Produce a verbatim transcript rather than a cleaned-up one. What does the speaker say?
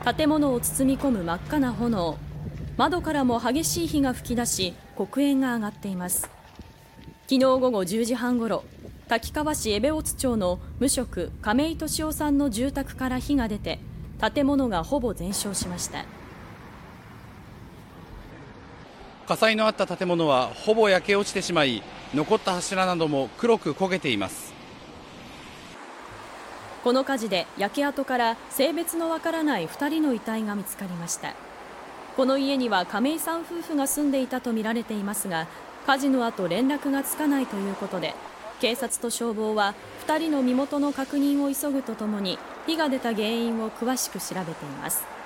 建物を包み込む真っ赤な炎、窓からも激しい火が噴き出し、黒煙が上がっています。昨日午後じゅうじはんごろ、滝川市江部津町の無職亀井俊夫さんの住宅から火が出て、建物がほぼ全焼しました。 火災のあった建物はほぼ焼け落ちてしまい、残った柱なども黒く焦げています。 この火事で焼け跡から性別のわからないふたりの遺体が見つかりました。この家には亀井さん夫婦が住んでいたとみられていますが、火事の後連絡がつかないということで、警察と消防はふたりの身元の確認を急ぐとともに、火が出た原因を詳しく調べています。